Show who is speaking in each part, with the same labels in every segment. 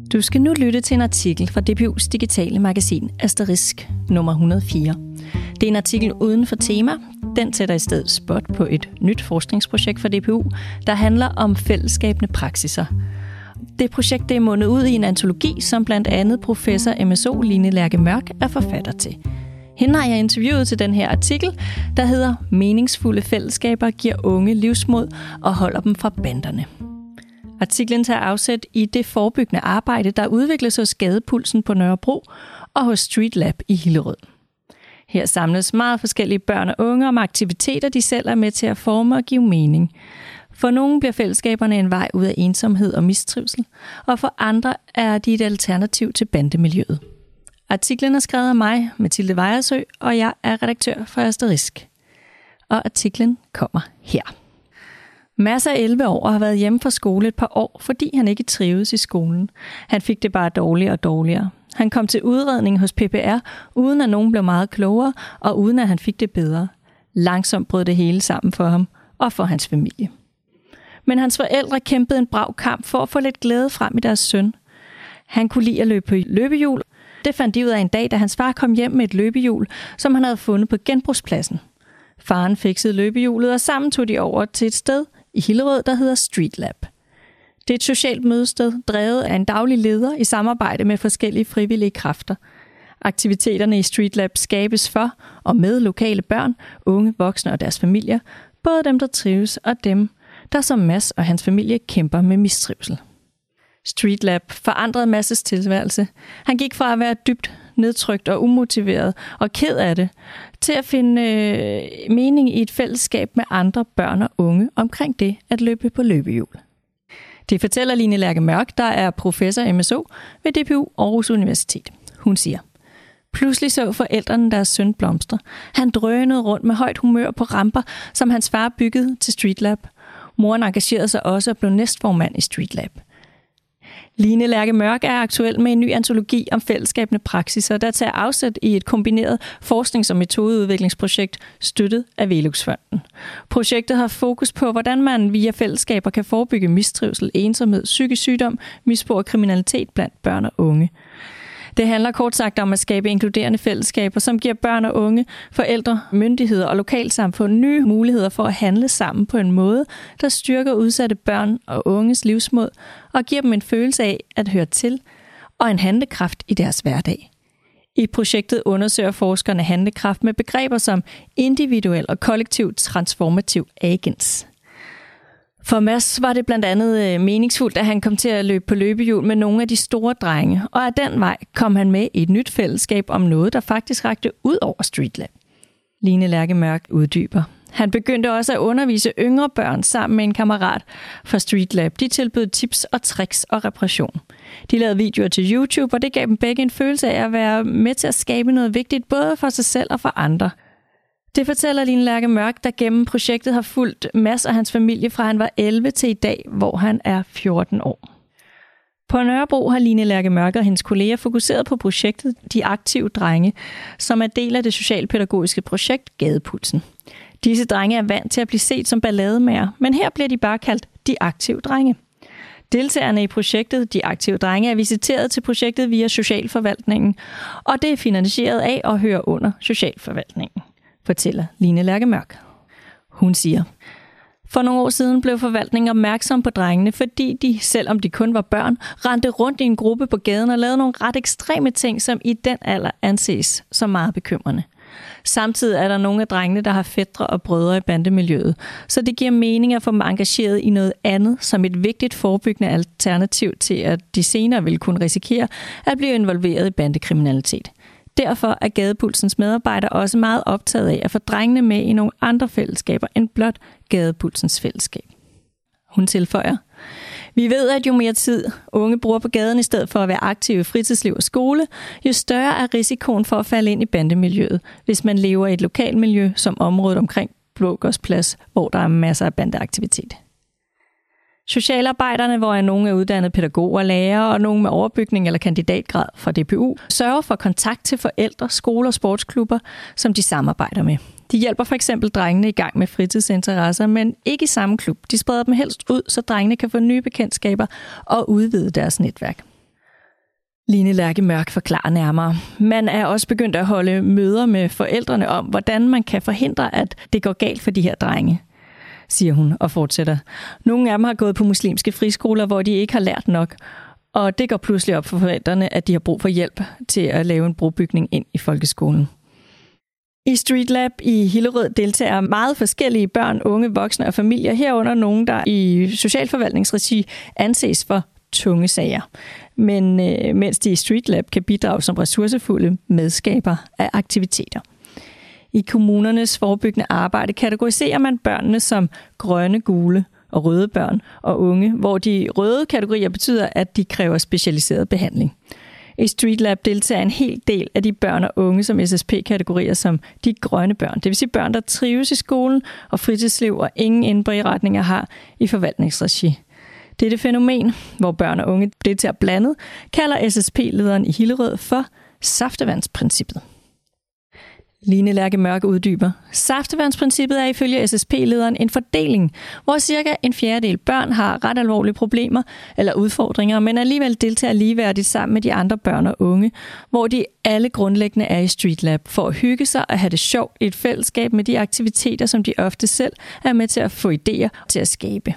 Speaker 1: Du skal nu lytte til en artikel fra DPU's digitale magasin Asterisk nummer 104. Det er en artikel uden for tema. Den sætter i stedet spot på et nyt forskningsprojekt fra DPU, der handler om fællesskabende praksiser. Det projekt er mundet ud i en antologi, som blandt andet professor MSO Line Lærke Mørk er forfatter til. Hende har jeg interviewet til den her artikel, der hedder Meningsfulde fællesskaber giver unge livsmod og holder dem fra banderne. Artiklen tager afsæt i det forebyggende arbejde, der udvikles hos Gadepulsen på Nørrebro og hos Streetlab i Hillerød. Her samles meget forskellige børn og unge om aktiviteter, de selv er med til at forme og give mening. For nogle bliver fællesskaberne en vej ud af ensomhed og mistrivsel, og for andre er de et alternativ til bandemiljøet. Artiklen er skrevet af mig, Mathilde Vejersø, og jeg er redaktør for Asterisk. Og artiklen kommer her. Mads er 11 år og har været hjemme fra skole et par år, fordi han ikke trivedes i skolen. Han fik det bare dårligere og dårligere. Han kom til udredning hos PPR, uden at nogen blev meget klogere, og uden at han fik det bedre. Langsomt brød det hele sammen for ham og for hans familie. Men hans forældre kæmpede en brav kamp for at få lidt glæde frem i deres søn. Han kunne lide at løbe på løbehjul. Det fandt de ud af en dag, da hans far kom hjem med et løbehjul, som han havde fundet på genbrugspladsen. Faren fiksede løbehjulet, og sammen tog de over til et sted i Hillerød, der hedder Streetlab. Det er et socialt mødested, drevet af en daglig leder i samarbejde med forskellige frivillige kræfter. Aktiviteterne i Streetlab skabes for og med lokale børn, unge, voksne og deres familier, både dem, der trives, og dem, der som Mads og hans familie kæmper med mistrivsel. Streetlab forandrede Mads' tilværelse. Han gik fra at være dybt nedtrykt og umotiveret og ked af det, til at finde mening i et fællesskab med andre børn og unge omkring det at løbe på løbehjul. Det fortæller Line Lærke Mørk, der er professor MSO ved DPU Aarhus Universitet. Hun siger: Pludselig så forældrene deres søn blomstre. Han drønede rundt med højt humør på ramper, som hans far byggede til Streetlab. Moren engagerede sig også og blev næstformand i Streetlab. Line Lærke Mørk er aktuel med en ny antologi om fællesskabende praksiser, der tager afsæt i et kombineret forsknings- og metodeudviklingsprojekt støttet af Velux-fonden. Projektet har fokus på, hvordan man via fællesskaber kan forebygge mistrivsel, ensomhed, psykisk sygdom, misbrug og kriminalitet blandt børn og unge. Det handler kort sagt om at skabe inkluderende fællesskaber, som giver børn og unge, forældre, myndigheder og lokalsamfund nye muligheder for at handle sammen på en måde, der styrker udsatte børn og unges livsmod og giver dem en følelse af at høre til og en handlekraft i deres hverdag. I projektet undersøger forskerne handlekraft med begreber som individuel og kollektiv transformativ agens. For Mads var det blandt andet meningsfuldt, at han kom til at løbe på løbehjul med nogle af de store drenge, og af den vej kom han med i et nyt fællesskab om noget, der faktisk rakte ud over Streetlab. Line Lærke Mørk uddyber. Han begyndte også at undervise yngre børn sammen med en kammerat fra Streetlab. De tilbød tips og tricks og reparation. De lavede videoer til YouTube, og det gav dem begge en følelse af at være med til at skabe noget vigtigt, både for sig selv og for andre. Det fortæller Line Lærke Mørk, der gennem projektet har fulgt Mads og hans familie fra han var 11 til i dag, hvor han er 14 år. På Nørrebro har Line Lærke Mørk og hendes kolleger fokuseret på projektet De Aktive Drenge, som er del af det socialpædagogiske projekt Gadepulsen. Disse drenge er vant til at blive set som ballademager, men her bliver de bare kaldt De Aktive Drenge. Deltagerne i projektet De Aktive Drenge er visiteret til projektet via Socialforvaltningen, og det er finansieret af og hører under Socialforvaltningen, fortæller Line Lærke Mørk. Hun siger: For nogle år siden blev forvaltningen opmærksom på drengene, fordi de, selvom de kun var børn, rendte rundt i en gruppe på gaden og lavede nogle ret ekstreme ting, som i den alder anses som meget bekymrende. Samtidig er der nogle af drengene, der har fætre og brødre i bandemiljøet, så det giver mening at få dem engageret i noget andet som et vigtigt forebyggende alternativ til, at de senere vil kunne risikere at blive involveret i bandekriminalitet. Derfor er Gadepulsens medarbejdere også meget optaget af at få drengene med i nogle andre fællesskaber end blot Gadepulsens fællesskab. Hun tilføjer: Vi ved, at jo mere tid unge bruger på gaden i stedet for at være aktive i fritidsliv og skole, jo større er risikoen for at falde ind i bandemiljøet, hvis man lever i et lokalmiljø som området omkring Blågårdsplads, hvor der er masser af bandeaktivitet. Socialarbejderne, hvor er nogle er uddannede pædagoger, lærere og nogle med overbygning eller kandidatgrad fra DPU, sørger for kontakt til forældre, skoler og sportsklubber, som de samarbejder med. De hjælper for eksempel drengene i gang med fritidsinteresser, men ikke i samme klub. De spreder dem helst ud, så drengene kan få nye bekendtskaber og udvide deres netværk. Line Lærke Mørk forklarer nærmere. Man er også begyndt at holde møder med forældrene om, hvordan man kan forhindre, at det går galt for de her drenge, siger hun og fortsætter. Nogle af dem har gået på muslimske friskoler, hvor de ikke har lært nok, og det går pludselig op for forældrene, at de har brug for hjælp til at lave en brobygning ind i folkeskolen. I Street Lab i Hillerød deltager meget forskellige børn, unge, voksne og familier, herunder nogen, der i socialforvaltningsregi anses for tunge sager. Men mens de i Street Lab kan bidrage som ressourcefulde medskaber af aktiviteter. I kommunernes forebyggende arbejde kategoriserer man børnene som grønne, gule og røde børn og unge, hvor de røde kategorier betyder, at de kræver specialiseret behandling. I Street Lab deltager en hel del af de børn og unge, som SSP-kategorier som de grønne børn. Det vil sige børn, der trives i skolen og fritidsliv og ingen indberetninger har i forvaltningsregi. Dette fænomen, hvor børn og unge deltager blandet, kalder SSP-lederen i Hillerød for saftevandsprincippet. Line Lærke Mørk uddyber. Saftevandsprincippet er ifølge SSP-lederen en fordeling, hvor cirka en fjerdedel børn har ret alvorlige problemer eller udfordringer, men alligevel deltager ligeværdigt sammen med de andre børn og unge, hvor de alle grundlæggende er i Street Lab for at hygge sig og have det sjovt i et fællesskab med de aktiviteter, som de ofte selv er med til at få idéer til at skabe.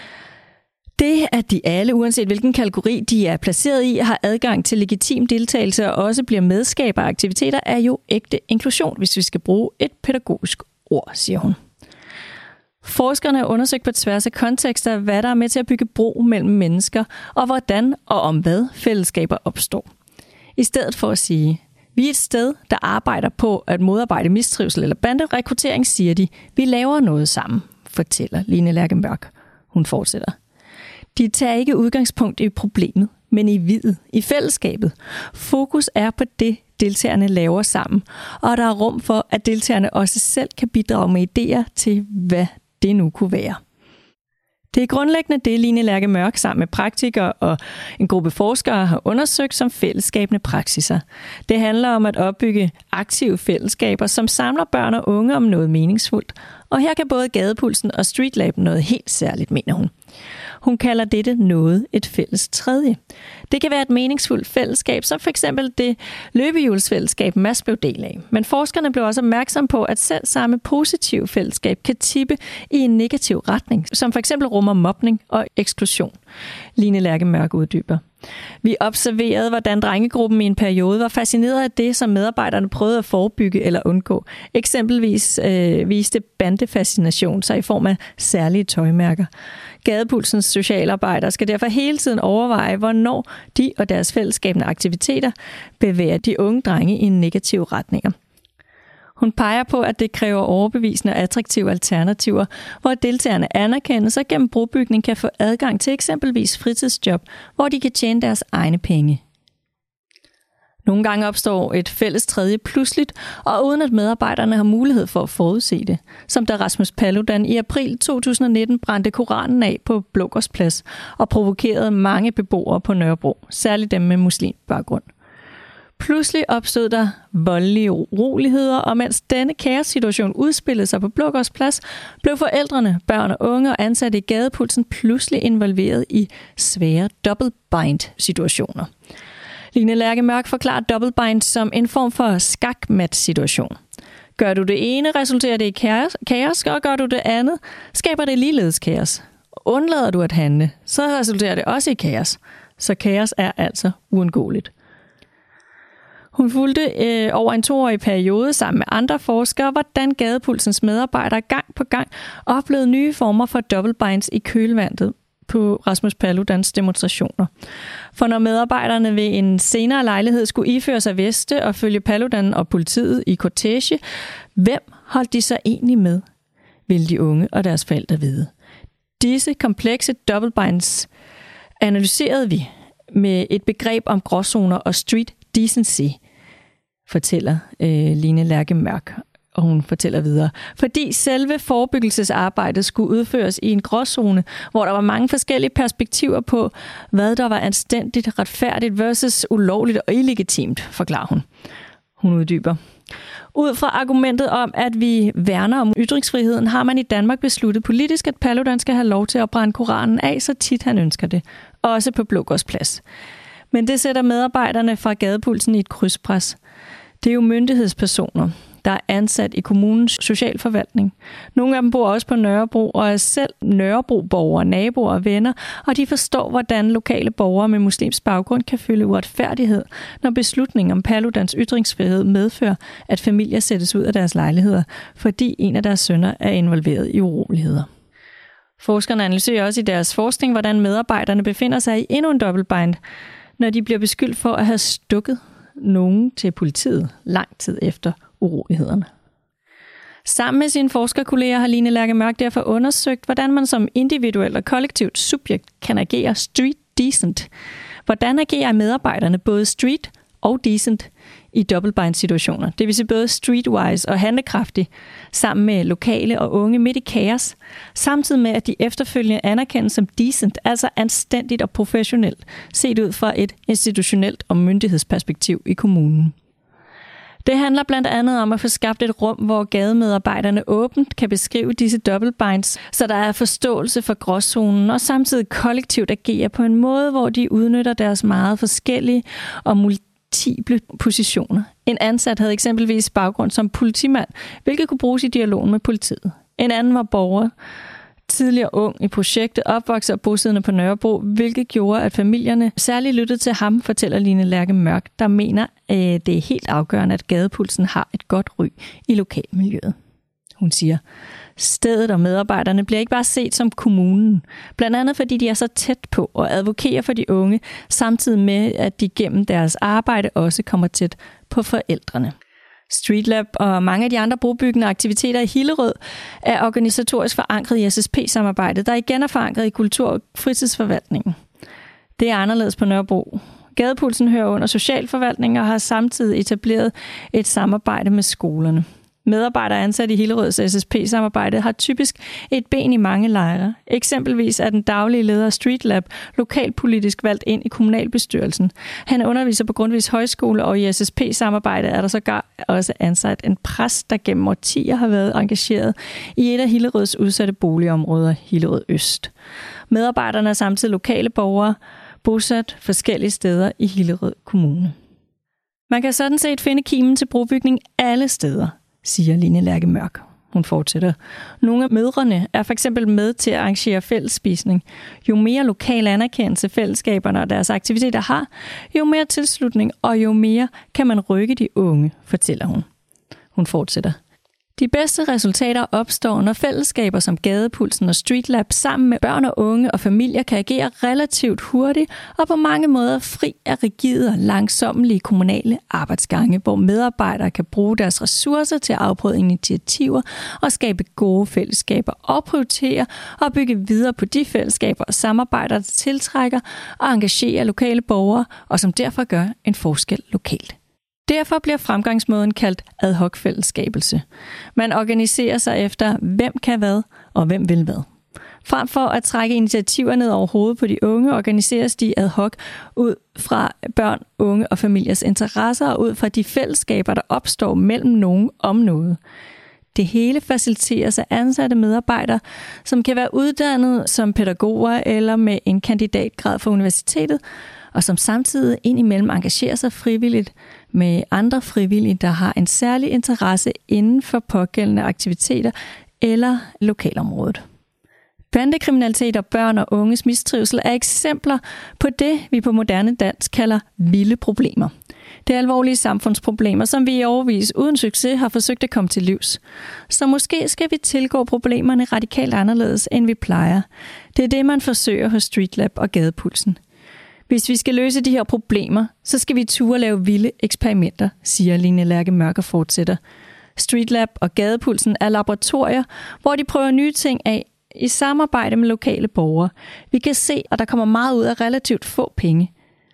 Speaker 1: Det, at de alle, uanset hvilken kategori de er placeret i, har adgang til legitim deltagelse og også bliver medskaber af aktiviteter, er jo ægte inklusion, hvis vi skal bruge et pædagogisk ord, siger hun. Forskerne har undersøgt på tværs af kontekster, hvad der er med til at bygge bro mellem mennesker, og hvordan og om hvad fællesskaber opstår. I stedet for at sige, vi er et sted, der arbejder på at modarbejde mistrivsel eller banderekruttering, siger de, vi laver noget sammen, fortæller Line Lærke Mørk. Hun fortsætter. De tager ikke udgangspunkt i problemet, men i videt, i fællesskabet. Fokus er på det, deltagerne laver sammen, og der er rum for, at deltagerne også selv kan bidrage med idéer til, hvad det nu kunne være. Det er grundlæggende det, Line Lærke Mørk sammen med praktikere og en gruppe forskere har undersøgt som fællesskabende praksiser. Det handler om at opbygge aktive fællesskaber, som samler børn og unge om noget meningsfuldt. Og her kan både Gadepulsen og Street Lab noget helt særligt, mener hun. Hun kalder dette noget et fælles tredje. Det kan være et meningsfuldt fællesskab, som f.eks. det løbehjulsfællesskab Mads blev del af. Men forskerne blev også opmærksom på, at selv samme positive fællesskab kan tippe i en negativ retning, som f.eks. rummer mobning og eksklusion. Line Lærke Mørk uddyber. Vi observerede, hvordan drengegruppen i en periode var fascineret af det, som medarbejderne prøvede at forebygge eller undgå. Eksempelvis viste bandefascination sig i form af særlige tøjmærker. Gadepulsens socialarbejdere skal derfor hele tiden overveje, hvornår de og deres fællesskabende aktiviteter bevæger de unge drenge i negative retninger. Hun peger på, at det kræver overbevisende og attraktive alternativer, hvor deltagerne anerkendes og gennem brobygning kan få adgang til eksempelvis fritidsjob, hvor de kan tjene deres egne penge. Nogle gange opstår et fælles tredje pludseligt, og uden at medarbejderne har mulighed for at forudse det. Som da Rasmus Paludan i april 2019 brændte Koranen af på Blågårdsplads og provokerede mange beboere på Nørrebro, særligt dem med muslimbaggrund. Pludselig opstod der voldelige uroligheder, og mens denne kaossituation udspillede sig på Blågårdsplads, blev forældrene, børn og unge og ansatte i Gadepulsen pludselig involveret i svære double-bind-situationer. Line Lærke Mørk forklarer double-bind som en form for skakmat-situation. Gør du det ene, resulterer det i kaos, og gør du det andet, skaber det ligeledes kaos. Undlader du at handle, så resulterer det også i kaos. Så kaos er altså uundgåeligt. Hun fulgte over en 2-årig periode sammen med andre forskere, hvordan Gadepulsens medarbejdere gang på gang oplevede nye former for double-binds i kølvandet på Rasmus Paludans demonstrationer. For når medarbejderne ved en senere lejlighed skulle iføre sig veste og følge Paludan og politiet i kortege, hvem holdt de så egentlig med, ville de unge og deres forældre vide. Disse komplekse double-binds analyserede vi med et begreb om gråzoner og street decency, fortæller Line Lærke Mørk. Og hun fortæller videre. Fordi selve forebyggelsesarbejdet skulle udføres i en gråzone, hvor der var mange forskellige perspektiver på, hvad der var anstændigt, retfærdigt versus ulovligt og illegitimt, forklarer hun. Hun uddyber. Ud fra argumentet om, at vi værner om ytringsfriheden, har man i Danmark besluttet politisk, at Paludan skal have lov til at brænde Koranen af, så tit han ønsker det. Også på Blågårdsplads. Men det sætter medarbejderne fra Gadepulsen i et krydspres. Det er jo myndighedspersoner, der er ansat i kommunens socialforvaltning. Nogle af dem bor også på Nørrebro og er selv Nørrebro-borgere, naboer og venner, og de forstår, hvordan lokale borgere med muslimsk baggrund kan føle uretfærdighed, når beslutningen om Paludans ytringsfrihed medfører, at familier sættes ud af deres lejligheder, fordi en af deres sønner er involveret i uroligheder. Forskerne analyserer også i deres forskning, hvordan medarbejderne befinder sig i endnu en dobbeltbind, når de bliver beskyldt for at have stukket nogen til politiet lang tid efter urolighederne. Sammen med sine forskerkolleger har Line Lærke Mørk derfor undersøgt, hvordan man som individuelt og kollektivt subjekt kan agere street decent. Hvordan agerer medarbejderne både street og decent i dobbeltbind-situationer, det vil sige både streetwise og handlekraftig, sammen med lokale og unge midt i kaos, samtidig med at de efterfølgende anerkendes som decent, altså anstændigt og professionelt, set ud fra et institutionelt og myndighedsperspektiv i kommunen. Det handler blandt andet om at få skabt et rum, hvor gademedarbejderne åbent kan beskrive disse dobbeltbinds, så der er forståelse for gråzonen og samtidig kollektivt agere på en måde, hvor de udnytter deres meget forskellige og multiple positioner. En ansat havde eksempelvis baggrund som politimand, hvilket kunne bruges i dialogen med politiet. En anden var borger, tidligere ung i projektet, opvokset og bosiddende på Nørrebro, hvilket gjorde, at familierne særligt lyttede til ham, fortæller Line Lærke Mørk, der mener, at det er helt afgørende, at Gadepulsen har et godt ry i lokalmiljøet. Hun siger, stedet og medarbejderne bliver ikke bare set som kommunen, blandt andet fordi de er så tæt på og advokerer for de unge, samtidig med, at de gennem deres arbejde også kommer tæt på forældrene. Streetlab og mange af de andre brobyggende aktiviteter i Hillerød er organisatorisk forankret i SSP-samarbejdet, der igen er forankret i kultur- og fritidsforvaltningen. Det er anderledes på Nørrebro. Gadepulsen hører under socialforvaltningen og har samtidig etableret et samarbejde med skolerne. Medarbejdere ansat i Hillerøds SSP-samarbejde har typisk et ben i mange lejre. Eksempelvis er den daglige leder af Streetlab lokalpolitisk valgt ind i kommunalbestyrelsen. Han underviser på Grundtvigs Højskole, og i SSP-samarbejde er der sågar også ansat en præst, der gennem årtier har været engageret i et af Hillerøds udsatte boligområder, Hillerød Øst. Medarbejderne er samtidig lokale borgere, bosat forskellige steder i Hillerød Kommune. Man kan sådan set finde kimen til brobygning alle steder, siger Line Lærke Mørk. Hun fortsætter. Nogle af mødrene er for eksempel med til at arrangere fællesspisning. Jo mere lokal anerkendelse fællesskaberne og deres aktiviteter har, jo mere tilslutning og jo mere kan man rykke de unge, fortæller hun. Hun fortsætter. De bedste resultater opstår, når fællesskaber som Gadepulsen og Streetlab sammen med børn og unge og familier kan agere relativt hurtigt og på mange måder fri af rigide og langsommelige kommunale arbejdsgange, hvor medarbejdere kan bruge deres ressourcer til at afprøve initiativer og skabe gode fællesskaber og prioritere og bygge videre på de fællesskaber og samarbejder, der tiltrækker og engagerer lokale borgere og som derfor gør en forskel lokalt. Derfor bliver fremgangsmåden kaldt ad hoc fællesskabelse. Man organiserer sig efter, hvem kan hvad og hvem vil hvad. Frem for at trække initiativer ned over hovedet på de unge, organiseres de ad hoc ud fra børn, unge og familiers interesser og ud fra de fællesskaber, der opstår mellem nogen om noget. Det hele faciliteres af ansatte medarbejdere, som kan være uddannet som pædagoger eller med en kandidatgrad fra universitetet, og som samtidig indimellem engagerer sig frivilligt med andre frivillige, der har en særlig interesse inden for pågældende aktiviteter eller lokalområdet. Bandekriminalitet og børn og unges mistrivsel er eksempler på det, vi på moderne dansk kalder vilde problemer. Det er alvorlige samfundsproblemer, som vi i årevis uden succes har forsøgt at komme til livs. Så måske skal vi tilgå problemerne radikalt anderledes, end vi plejer. Det er det, man forsøger hos Streetlab og Gadepulsen. Hvis vi skal løse de her problemer, så skal vi turde lave vilde eksperimenter, siger Line Lærke Mørk og fortsætter. Streetlab og Gadepulsen er laboratorier, hvor de prøver nye ting af i samarbejde med lokale borgere. Vi kan se, at der kommer meget ud af relativt få penge.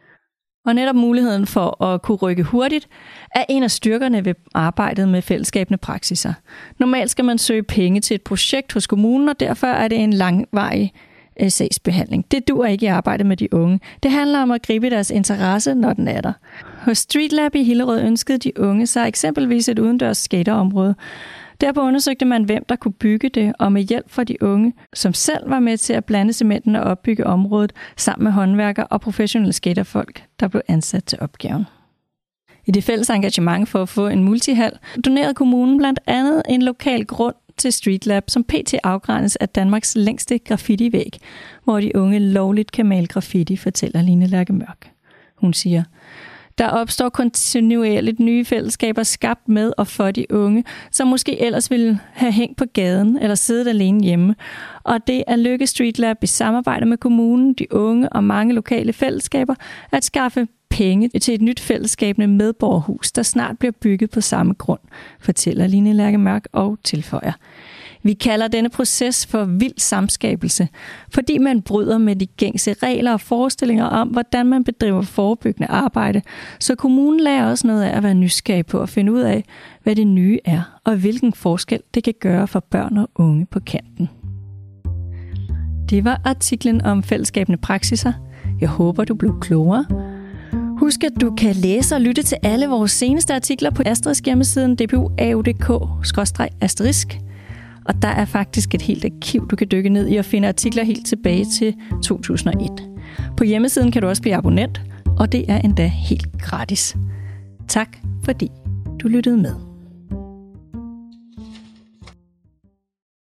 Speaker 1: Og netop muligheden for at kunne rykke hurtigt er en af styrkerne ved arbejdet med fællesskabende praksiser. Normalt skal man søge penge til et projekt hos kommunen, og derfor er det en langvarig sagsbehandling. Det duer ikke i arbejdet med de unge. Det handler om at gribe deres interesse, når den er der. Hos Streetlab i Hillerød ønskede de unge sig eksempelvis et udendørs skaterområde, Derpå undersøgte man, hvem der kunne bygge det, og med hjælp fra de unge, som selv var med til at blande cementen og opbygge området, sammen med håndværkere og professionelle skaterfolk, der blev ansat til opgaven. I det fælles engagement for at få en multihal, donerede kommunen blandt andet en lokal grund til Streetlab, som pt. Afgrænses af Danmarks længste graffiti-væg, hvor de unge lovligt kan male graffiti, fortæller Line Lærke Mørk. Hun siger, der opstår kontinuerligt nye fællesskaber skabt med og for de unge, som måske ellers ville have hængt på gaden eller siddet alene hjemme. Og det er Lykke Streetlab i samarbejde med kommunen, de unge og mange lokale fællesskaber at skaffe penge til et nyt fællesskabende medborgerhus, der snart bliver bygget på samme grund, fortæller Line Lærke Mørk og tilføjer. Vi kalder denne proces for vild samskabelse, fordi man bryder med de gængse regler og forestillinger om, hvordan man bedriver forebyggende arbejde, så kommunen lærer også noget af at være nysgerrig på at finde ud af, hvad det nye er, og hvilken forskel det kan gøre for børn og unge på kanten. Det var artiklen om fællesskabende praksiser. Jeg håber, du blev klogere. Husk, at du kan læse og lytte til alle vores seneste artikler på Asterisk hjemmesiden dpu.au.dk/asterisk. Og der er faktisk et helt arkiv, du kan dykke ned i og finde artikler helt tilbage til 2001. På hjemmesiden kan du også blive abonnent, og det er endda helt gratis. Tak fordi du lyttede med.